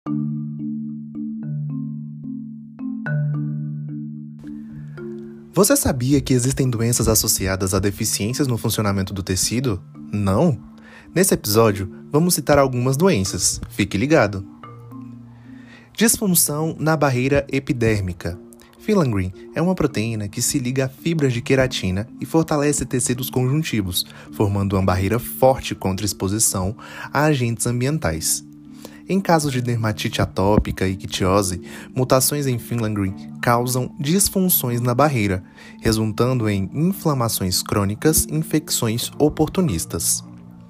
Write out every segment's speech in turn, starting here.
Você sabia que existem doenças associadas a deficiências no funcionamento do tecido? Não? Nesse episódio, vamos citar algumas doenças. Fique ligado! Disfunção na barreira epidérmica. Filaggrin é uma proteína que se liga a fibras de queratina e fortalece tecidos conjuntivos, formando uma barreira forte contra exposição a agentes ambientais. Em casos de dermatite atópica e ictiose, mutações em Filaggrin causam disfunções na barreira, resultando em inflamações crônicas e infecções oportunistas.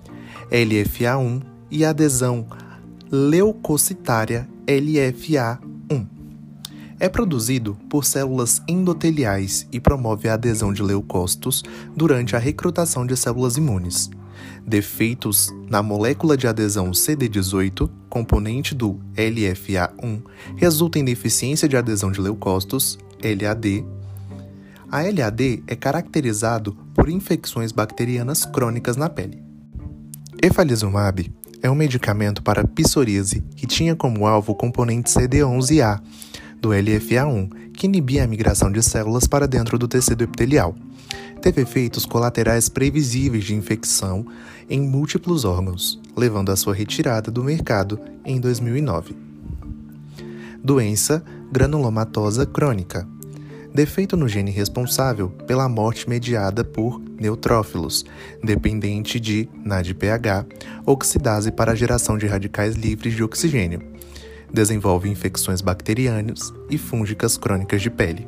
LFA1 e adesão leucocitária LFA1. É produzido por células endoteliais e promove a adesão de leucócitos durante a recrutação de células imunes. Defeitos na molécula de adesão CD18, componente do LFA1, resultam em deficiência de adesão de leucócitos, LAD. A LAD é caracterizado por infecções bacterianas crônicas na pele. Efalizumab é um medicamento para psoríase que tinha como alvo o componente CD11A do LFA1, que inibia a migração de células para dentro do tecido epitelial. Teve efeitos colaterais previsíveis de infecção em múltiplos órgãos, levando à sua retirada do mercado em 2009. Doença granulomatosa crônica. Defeito no gene responsável pela morte mediada por neutrófilos, dependente de NADPH, oxidase para a geração de radicais livres de oxigênio. Desenvolve infecções bacterianas e fúngicas crônicas de pele.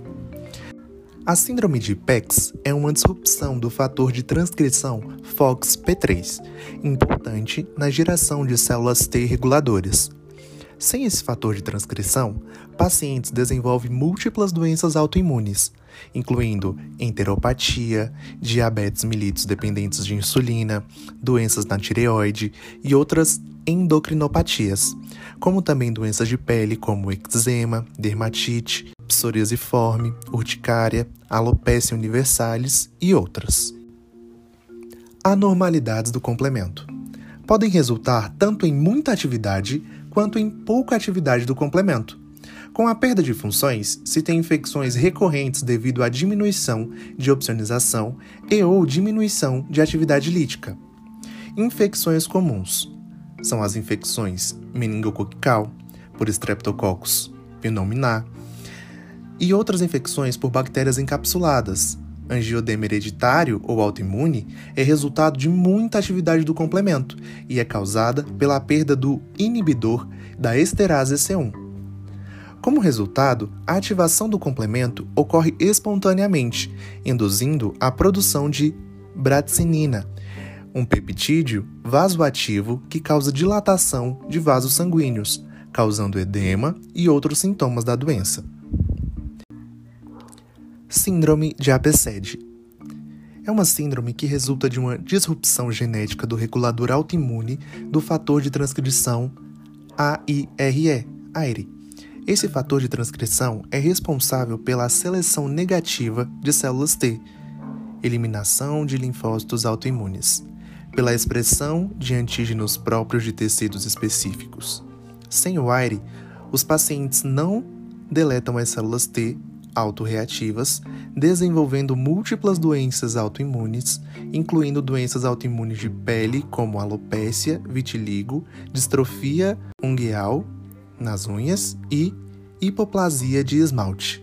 A síndrome de PEX é uma disrupção do fator de transcrição FOXP3, importante na geração de células T reguladoras. Sem esse fator de transcrição, pacientes desenvolvem múltiplas doenças autoimunes, incluindo enteropatia, diabetes mellitus dependentes de insulina, doenças na tireoide e outras endocrinopatias, como também doenças de pele como eczema, dermatite, psoriasiforme, urticária, alopecia universalis e outras. Anormalidades do complemento. Podem resultar tanto em muita atividade quanto em pouca atividade do complemento. Com a perda de funções, se tem infecções recorrentes devido à diminuição de opsonização e/ou diminuição de atividade lítica. Infecções comuns são as infecções meningococal, por Streptococcus pneumoniae, e outras infecções por bactérias encapsuladas. Angiodema hereditário ou autoimune é resultado de muita atividade do complemento e é causada pela perda do inibidor da esterase C1. Como resultado, a ativação do complemento ocorre espontaneamente, induzindo a produção de bradicinina, um peptídeo vasoativo que causa dilatação de vasos sanguíneos, causando edema e outros sintomas da doença. Síndrome de Apesede. É uma síndrome que resulta de uma disrupção genética do regulador autoimune do fator de transcrição AIRE. Esse fator de transcrição é responsável pela seleção negativa de células T, eliminação de linfócitos autoimunes, pela expressão de antígenos próprios de tecidos específicos. Sem o AIRE, os pacientes não deletam as células T autorreativas, desenvolvendo múltiplas doenças autoimunes, incluindo doenças autoimunes de pele como alopécia, vitiligo, distrofia ungueal nas unhas e hipoplasia de esmalte.